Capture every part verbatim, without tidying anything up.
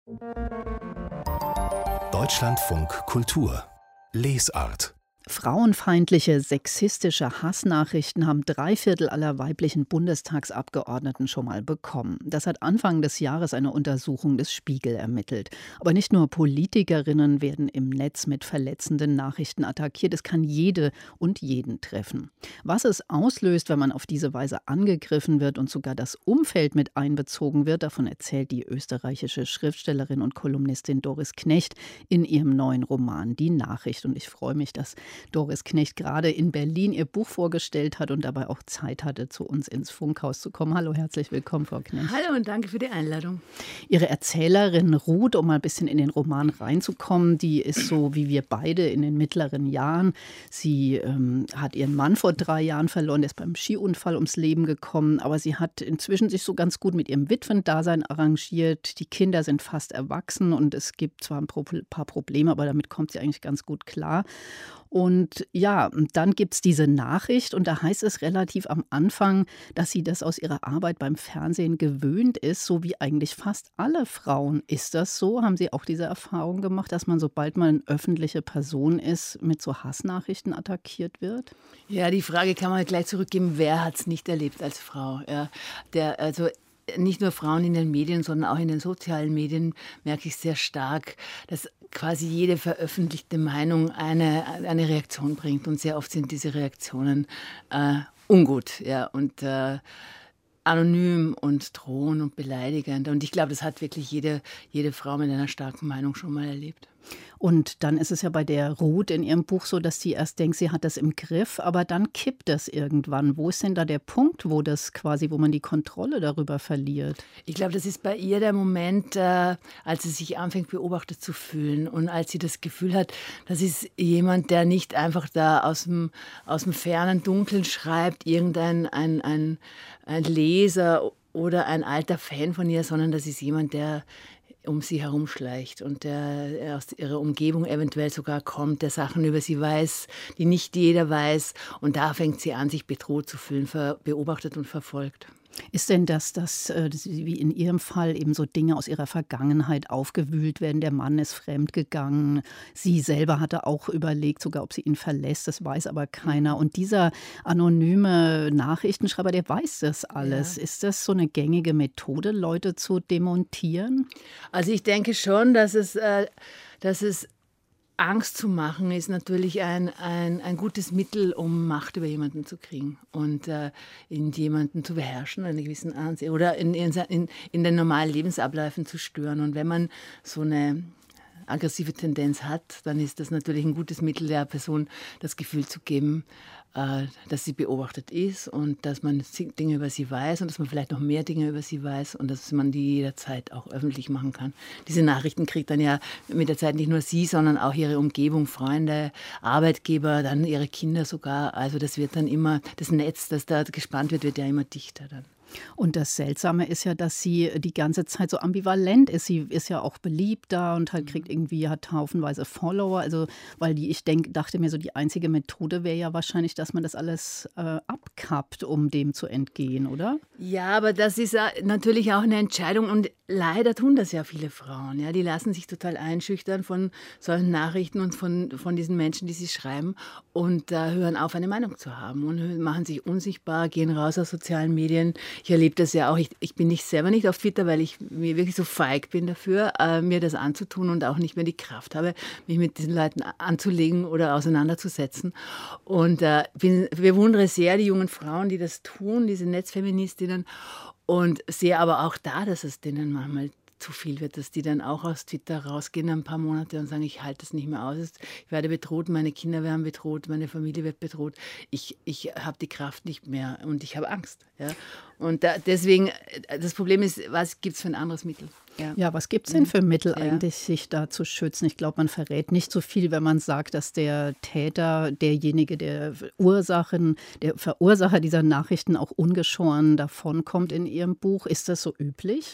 Deutschlandfunk Kultur Lesart. Frauenfeindliche, sexistische Hassnachrichten haben drei Viertel aller weiblichen Bundestagsabgeordneten schon mal bekommen. Das hat Anfang des Jahres eine Untersuchung des Spiegel ermittelt. Aber nicht nur Politikerinnen werden im Netz mit verletzenden Nachrichten attackiert. Es kann jede und jeden treffen. Was es auslöst, wenn man auf diese Weise angegriffen wird und sogar das Umfeld mit einbezogen wird, davon erzählt die österreichische Schriftstellerin und Kolumnistin Doris Knecht in ihrem neuen Roman Die Nachricht. Und ich freue mich, dass Doris Knecht gerade in Berlin ihr Buch vorgestellt hat und dabei auch Zeit hatte, zu uns ins Funkhaus zu kommen. Hallo, herzlich willkommen, Frau Knecht. Hallo und danke für die Einladung. Ihre Erzählerin Ruth, um mal ein bisschen in den Roman reinzukommen, die ist so wie wir beide in den mittleren Jahren. Sie ähm, hat ihren Mann vor drei Jahren verloren, der ist beim Skiunfall ums Leben gekommen, aber sie hat inzwischen sich so ganz gut mit ihrem Witwendasein arrangiert. Die Kinder sind fast erwachsen und es gibt zwar ein paar Probleme, aber damit kommt sie eigentlich ganz gut klar. Und ja, dann gibt es diese Nachricht und da heißt es relativ am Anfang, dass sie das aus ihrer Arbeit beim Fernsehen gewöhnt ist, so wie eigentlich fast alle Frauen. Ist das so? Haben Sie auch diese Erfahrung gemacht, dass man, sobald man eine öffentliche Person ist, mit so Hassnachrichten attackiert wird? Ja, die Frage kann man gleich zurückgeben, wer hat es nicht erlebt als Frau? Ja, der, also nicht nur Frauen in den Medien, sondern auch in den sozialen Medien merke ich sehr stark, dass quasi jede veröffentlichte Meinung eine, eine Reaktion bringt. Und sehr oft sind diese Reaktionen äh, ungut, ja, und äh, anonym und drohend und beleidigend. Und ich glaube, das hat wirklich jede, jede Frau mit einer starken Meinung schon mal erlebt. Und dann ist es ja bei der Ruth in ihrem Buch so, dass sie erst denkt, sie hat das im Griff, aber dann kippt das irgendwann. Wo ist denn da der Punkt, wo das quasi, wo man die Kontrolle darüber verliert? Ich glaube, das ist bei ihr der Moment, äh, als sie sich anfängt, beobachtet zu fühlen und als sie das Gefühl hat, das ist jemand, der nicht einfach da aus dem, aus dem fernen Dunkeln schreibt, irgendein ein, ein, ein Leser oder ein alter Fan von ihr, sondern das ist jemand, der um sie herumschleicht und der aus ihrer Umgebung eventuell sogar kommt, der Sachen über sie weiß, die nicht jeder weiß. Und da fängt sie an, sich bedroht zu fühlen, beobachtet und verfolgt. Ist denn das, dass, äh, wie in Ihrem Fall, eben so Dinge aus Ihrer Vergangenheit aufgewühlt werden? Der Mann ist fremdgegangen. Sie selber hatte auch überlegt, sogar ob sie ihn verlässt. Das weiß aber keiner. Und dieser anonyme Nachrichtenschreiber, der weiß das alles. Ja. Ist das so eine gängige Methode, Leute zu demontieren? Also ich denke schon, dass es, äh, dass es Angst zu machen ist natürlich ein, ein, ein gutes Mittel, um Macht über jemanden zu kriegen und äh, in jemanden zu beherrschen, eine gewissen Ansehen oder in, in, in, in den normalen Lebensabläufen zu stören. Und wenn man so eine aggressive Tendenz hat, dann ist das natürlich ein gutes Mittel, der Person das Gefühl zu geben, äh, dass sie beobachtet ist und dass man Dinge über sie weiß und dass man vielleicht noch mehr Dinge über sie weiß und dass man die jederzeit auch öffentlich machen kann. Diese Nachrichten kriegt dann ja mit der Zeit nicht nur sie, sondern auch ihre Umgebung, Freunde, Arbeitgeber, dann ihre Kinder sogar. Also das wird dann immer, das Netz, das da gespannt wird, wird ja immer dichter dann. Und das Seltsame ist ja, dass sie die ganze Zeit so ambivalent ist. Sie ist ja auch beliebt da und halt kriegt irgendwie, hat haufenweise Follower. Also, weil die, ich denk, dachte mir so, die einzige Methode wäre ja wahrscheinlich, dass man das alles äh, abkappt, um dem zu entgehen, oder? Ja, aber das ist natürlich auch eine Entscheidung und leider tun das ja viele Frauen. Ja, die lassen sich total einschüchtern von solchen Nachrichten und von, von diesen Menschen, die sie schreiben und äh, hören auf, eine Meinung zu haben und machen sich unsichtbar, gehen raus aus sozialen Medien. Ich erlebe das ja auch. Ich, ich bin nicht selber nicht auf Twitter, weil ich mir wirklich so feig bin dafür, äh, mir das anzutun und auch nicht mehr die Kraft habe, mich mit diesen Leuten anzulegen oder auseinanderzusetzen. Und äh, bin, bewundere sehr die jungen Frauen, die das tun, diese Netzfeministinnen. Und sehe aber auch da, dass es denen manchmal zu viel wird, dass die dann auch aus Twitter rausgehen ein paar Monate und sagen, ich halte das nicht mehr aus, ich werde bedroht, meine Kinder werden bedroht, meine Familie wird bedroht, ich, ich habe die Kraft nicht mehr und ich habe Angst. Ja? Und da, deswegen, das Problem ist, was gibt es für ein anderes Mittel? Ja, ja, was gibt es denn für Mittel eigentlich, ja. sich da zu schützen? Ich glaube, man verrät nicht so viel, wenn man sagt, dass der Täter, derjenige, der Ursachen, der Verursacher dieser Nachrichten auch ungeschoren davonkommt in Ihrem Buch. Ist das so üblich?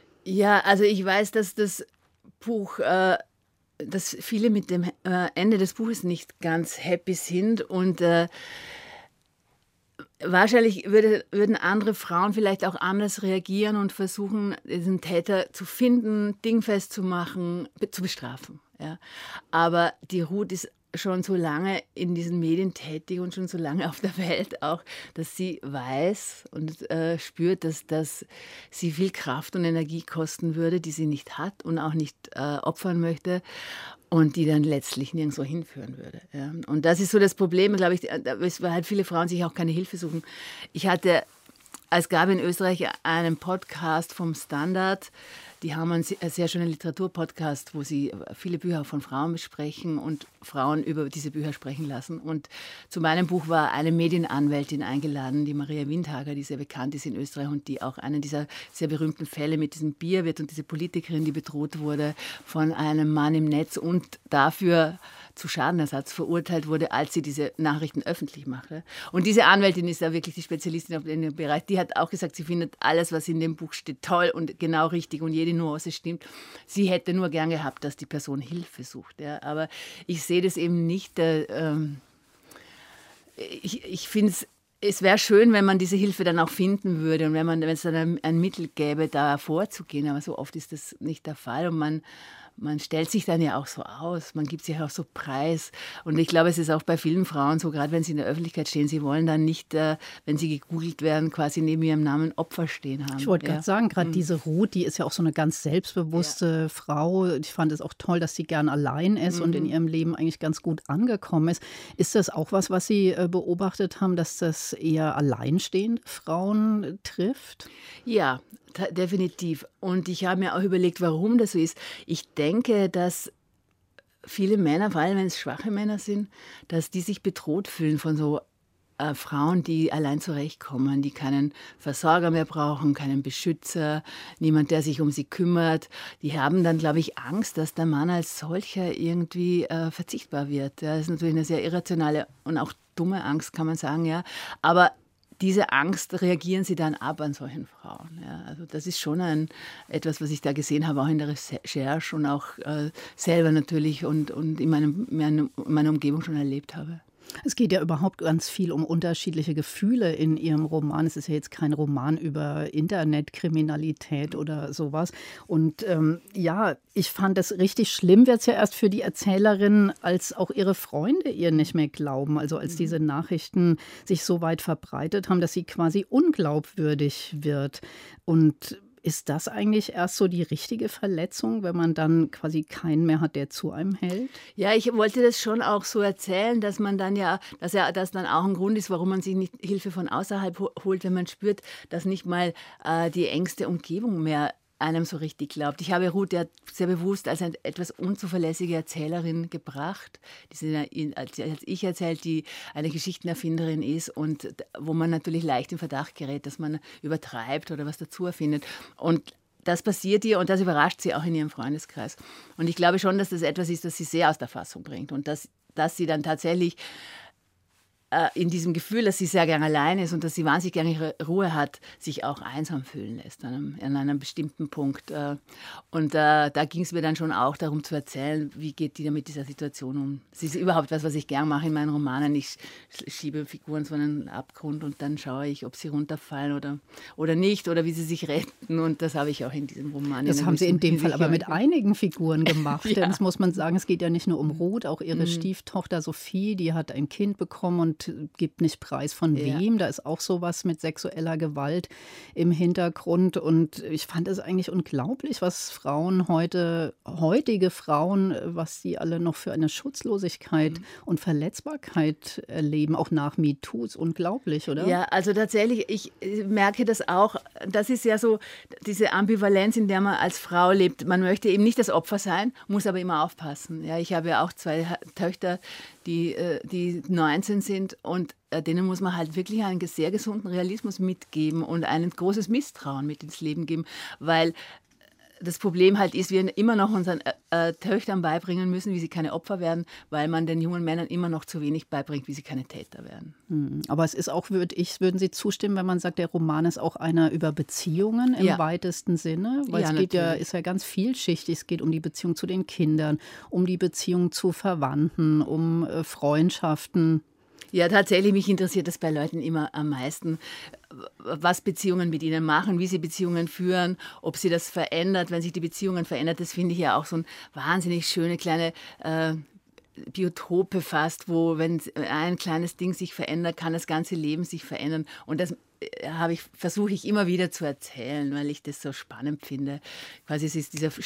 Ja, also ich weiß, dass das Buch, äh, dass viele mit dem äh, Ende des Buches nicht ganz happy sind und äh, Wahrscheinlich würde, würden andere Frauen vielleicht auch anders reagieren und versuchen, diesen Täter zu finden, dingfest zu machen, be- zu bestrafen. Ja. Aber die Ruth ist schon so lange in diesen Medien tätig und schon so lange auf der Welt auch, dass sie weiß und äh, spürt, dass das sie viel Kraft und Energie kosten würde, die sie nicht hat und auch nicht äh, opfern möchte und die dann letztlich nirgendwo hinführen würde. Ja. Und das ist so das Problem, glaube ich, weil halt viele Frauen sich auch keine Hilfe suchen. Ich hatte, es gab in Österreich einen Podcast vom Standard. Die haben einen sehr schönen Literaturpodcast, wo sie viele Bücher von Frauen besprechen und Frauen über diese Bücher sprechen lassen. Und zu meinem Buch war eine Medienanwältin eingeladen, die Maria Windhager, die sehr bekannt ist in Österreich und die auch einen dieser sehr berühmten Fälle mit diesem Bierwirt und diese Politikerin, die bedroht wurde von einem Mann im Netz und dafür zu Schadenersatz verurteilt wurde, als sie diese Nachrichten öffentlich machte. Und diese Anwältin ist ja wirklich die Spezialistin in dem Bereich. Die hat auch gesagt, sie findet alles, was in dem Buch steht, toll und genau richtig und jede Nuance stimmt. Sie hätte nur gern gehabt, dass die Person Hilfe sucht. Ja. Aber ich sehe das eben nicht. Äh, ähm, ich ich finde es, es wäre schön, wenn man diese Hilfe dann auch finden würde und wenn man, wenn es dann ein, ein Mittel gäbe, da vorzugehen. Aber so oft ist das nicht der Fall und man Man stellt sich dann ja auch so aus, man gibt sich auch so preis. Und ich glaube, es ist auch bei vielen Frauen so, gerade wenn sie in der Öffentlichkeit stehen, sie wollen dann nicht, äh, wenn sie gegoogelt werden, quasi neben ihrem Namen Opfer stehen haben. Ich wollte ja. gerade sagen, gerade Mhm. diese Ruth, die ist ja auch so eine ganz selbstbewusste Frau. Ich fand es auch toll, dass sie gern allein ist und in ihrem Leben eigentlich ganz gut angekommen ist. Ist das auch was, was Sie äh, beobachtet haben, dass das eher alleinstehende Frauen äh, trifft? Ja, ta- definitiv. Und ich habe mir auch überlegt, warum das so ist. Ich denke, dass viele Männer, vor allem wenn es schwache Männer sind, dass die sich bedroht fühlen von so äh, Frauen, die allein zurechtkommen, die keinen Versorger mehr brauchen, keinen Beschützer, niemand, der sich um sie kümmert. Die haben dann, glaube ich, Angst, dass der Mann als solcher irgendwie äh, verzichtbar wird. Ja, das ist natürlich eine sehr irrationale und auch dumme Angst, kann man sagen, ja. Aber diese Angst reagieren sie dann ab an solchen Frauen. Ja, also das ist schon ein, etwas, was ich da gesehen habe, auch in der Recherche und auch äh, selber natürlich und, und in, meinem, in meiner Umgebung schon erlebt habe. Es geht ja überhaupt ganz viel um unterschiedliche Gefühle in Ihrem Roman. Es ist ja jetzt kein Roman über Internetkriminalität oder sowas. Und ähm, ja, ich fand das richtig schlimm, wird es ja erst für die Erzählerin, als auch ihre Freunde ihr nicht mehr glauben. Also als diese Nachrichten sich so weit verbreitet haben, dass sie quasi unglaubwürdig wird. Und ist das eigentlich erst so die richtige Verletzung, wenn man dann quasi keinen mehr hat, der zu einem hält? Ja, ich wollte das schon auch so erzählen, dass man dann ja, dass ja das dann auch ein Grund ist, warum man sich nicht Hilfe von außerhalb ho- holt, wenn man spürt, dass nicht mal äh, die engste Umgebung mehr einem so richtig glaubt. Ich habe Ruth ja sehr bewusst als eine etwas unzuverlässige Erzählerin gebracht, die sie als ich erzählt, die eine Geschichtenerfinderin ist und wo man natürlich leicht in Verdacht gerät, dass man übertreibt oder was dazu erfindet. Und das passiert ihr und das überrascht sie auch in ihrem Freundeskreis. Und ich glaube schon, dass das etwas ist, das sie sehr aus der Fassung bringt und dass, dass sie dann tatsächlich in diesem Gefühl, dass sie sehr gern allein ist und dass sie wahnsinnig gerne ihre Ruhe hat, sich auch einsam fühlen lässt an einem, an einem bestimmten Punkt. Und äh, da ging es mir dann schon auch darum zu erzählen, wie geht die da mit dieser Situation um. Es ist überhaupt was, was ich gern mache in meinen Romanen. Ich schiebe Figuren so einen Abgrund und dann schaue ich, ob sie runterfallen oder, oder nicht oder wie sie sich retten. Und das habe ich auch in diesem Roman. Das haben Sie in dem Fall aber mit einigen Figuren gemacht. Ja. Denn das muss man sagen, es geht ja nicht nur um Ruth, auch ihre mhm. Stieftochter Sophie, die hat ein Kind bekommen und gibt nicht preis von wem. Ja. Da ist auch sowas mit sexueller Gewalt im Hintergrund. Und ich fand es eigentlich unglaublich, was Frauen heute, heutige Frauen, was sie alle noch für eine Schutzlosigkeit mhm. und Verletzbarkeit erleben, auch nach MeToo. Ist unglaublich, oder? Ja, also tatsächlich, ich merke das auch. Das ist ja so diese Ambivalenz, in der man als Frau lebt. Man möchte eben nicht das Opfer sein, muss aber immer aufpassen. Ja, ich habe ja auch zwei Töchter, die, die neunzehn sind und denen muss man halt wirklich einen sehr gesunden Realismus mitgeben und ein großes Misstrauen mit ins Leben geben, weil das Problem halt ist, wir immer noch unseren äh, Töchtern beibringen müssen, wie sie keine Opfer werden, weil man den jungen Männern immer noch zu wenig beibringt, wie sie keine Täter werden. Hm, aber es ist auch, würde ich, würden Sie zustimmen, wenn man sagt, der Roman ist auch einer über Beziehungen im ja. weitesten Sinne? Weil ja, es geht ja, ist ja ganz vielschichtig. Es geht um die Beziehung zu den Kindern, um die Beziehung zu Verwandten, um äh, Freundschaften. Ja, tatsächlich, mich interessiert das bei Leuten immer am meisten, was Beziehungen mit ihnen machen, wie sie Beziehungen führen, ob sie das verändert, wenn sich die Beziehungen verändert. Das finde ich ja auch so ein wahnsinnig schöne kleine äh, Biotope fast, wo, wenn ein kleines Ding sich verändert, kann das ganze Leben sich verändern. Und das habe ich, versuche ich immer wieder zu erzählen, weil ich das so spannend finde. Quasi es ist dieser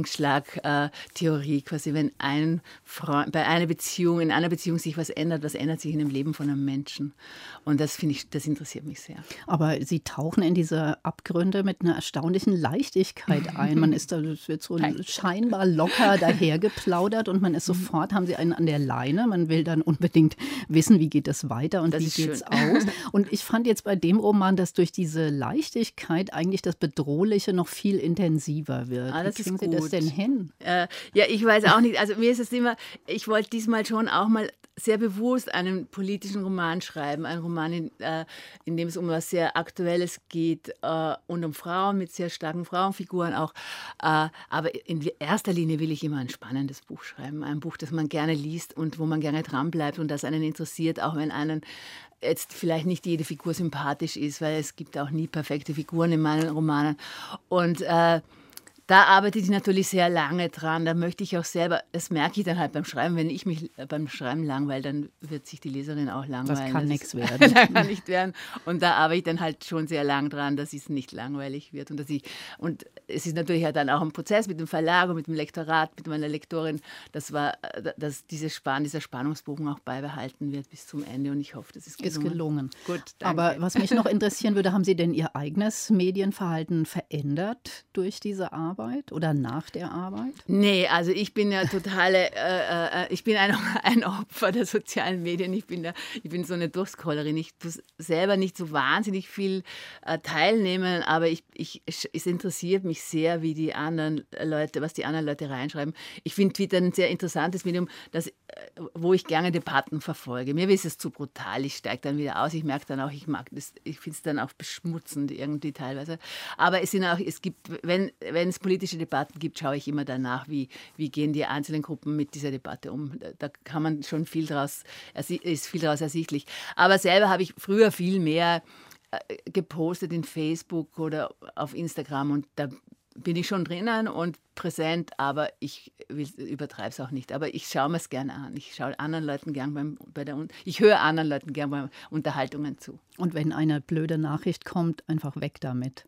Schmetterlingsschlag-Theorie, äh, quasi wenn ein Freund, bei einer Beziehung, in einer Beziehung sich was ändert, was ändert sich in dem Leben von einem Menschen. Und das finde ich, das interessiert mich sehr. Aber Sie tauchen in diese Abgründe mit einer erstaunlichen Leichtigkeit ein. Man ist da, es wird so scheinbar locker dahergeplaudert und man ist sofort, haben Sie einen an der Leine. Man will dann unbedingt wissen, wie geht es weiter und das wie geht es aus. Und ich fand jetzt bei dem Roman, dass durch diese Leichtigkeit eigentlich das Bedrohliche noch viel intensiver wird. Ah, das Wie kriegen ist Sie gut. das denn hin? Äh, ja, ich weiß auch nicht. Also mir ist es immer, ich wollte diesmal schon auch mal sehr bewusst einen politischen Roman schreiben. Ein Roman, in, äh, in dem es um was sehr Aktuelles geht äh, und um Frauen mit sehr starken Frauenfiguren auch. Äh, aber in erster Linie will ich immer ein spannendes Buch schreiben. Ein Buch, das man gerne liest und wo man gerne dranbleibt und das einen interessiert, auch wenn einen jetzt vielleicht nicht jede Figur sympathisch ist, weil es gibt auch nie perfekte Figuren in meinen Romanen. Und äh, da arbeite ich natürlich sehr lange dran. Da möchte ich auch selber, das merke ich dann halt beim Schreiben, wenn ich mich beim Schreiben langweile, dann wird sich die Leserin auch langweilen. Das kann nichts werden. Das kann nicht werden. Und da arbeite ich dann halt schon sehr lang dran, dass es nicht langweilig wird. Und, dass ich, und es ist natürlich halt dann auch ein Prozess mit dem Verlag und mit dem Lektorat, mit meiner Lektorin, das war, dass diese Spann, dieser Spannungsbogen auch beibehalten wird bis zum Ende. Und ich hoffe, das ist gelungen. Ist gelungen. Gut, danke. Aber was mich noch interessieren würde, haben Sie denn Ihr eigenes Medienverhalten verändert durch diese Arbeit oder nach der Arbeit? Nee, also ich bin ja totale, äh, äh, ich bin ein, ein Opfer der sozialen Medien. Ich bin, da, ich bin so eine Durchscrollerin. Ich tue selber nicht so wahnsinnig viel äh, teilnehmen, aber ich, ich, es interessiert mich sehr, wie die anderen Leute, was die anderen Leute reinschreiben. Ich finde Twitter ein sehr interessantes Medium, das, wo ich gerne Debatten verfolge. Mir ist es zu brutal, ich steige dann wieder aus. Ich merke dann auch, ich mag das, ich finde es dann auch beschmutzend irgendwie teilweise. Aber es sind auch, es gibt, wenn, wenn es politische Debatten gibt, schaue ich immer danach, wie, wie gehen die einzelnen Gruppen mit dieser Debatte um. Da, da kann man schon viel draus, ist viel daraus ersichtlich. Aber selber habe ich früher viel mehr äh, gepostet in Facebook oder auf Instagram und da bin ich schon drinnen und präsent, aber ich übertreibe es auch nicht. Aber ich schaue mir es gerne an. Ich schaue anderen Leuten gern beim, bei der, ich höre anderen Leuten gern bei Unterhaltungen zu. Und wenn eine blöde Nachricht kommt, einfach weg damit.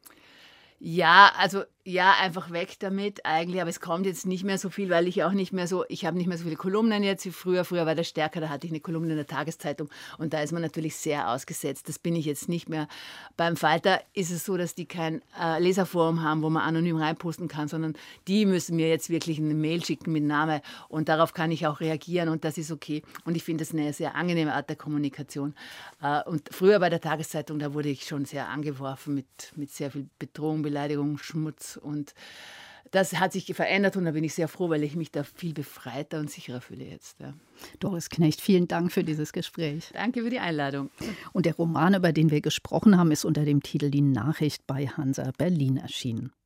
Ja, also ja, einfach weg damit eigentlich, aber es kommt jetzt nicht mehr so viel, weil ich auch nicht mehr so, ich habe nicht mehr so viele Kolumnen jetzt wie früher. Früher war das stärker, da hatte ich eine Kolumne in der Tageszeitung und da ist man natürlich sehr ausgesetzt. Das bin ich jetzt nicht mehr. Beim Falter ist es so, dass die kein äh, Leserforum haben, wo man anonym reinposten kann, sondern die müssen mir jetzt wirklich eine Mail schicken mit Name und darauf kann ich auch reagieren und das ist okay. Und ich finde das eine sehr angenehme Art der Kommunikation. Äh, und früher bei der Tageszeitung, da wurde ich schon sehr angeworfen mit, mit sehr viel Bedrohung, Beleidigung, Schmutz. Und das hat sich verändert und da bin ich sehr froh, weil ich mich da viel befreiter und sicherer fühle jetzt. Ja. Doris Knecht, vielen Dank für dieses Gespräch. Danke für die Einladung. Und der Roman, über den wir gesprochen haben, ist unter dem Titel Die Nachricht bei Hansa Berlin erschienen.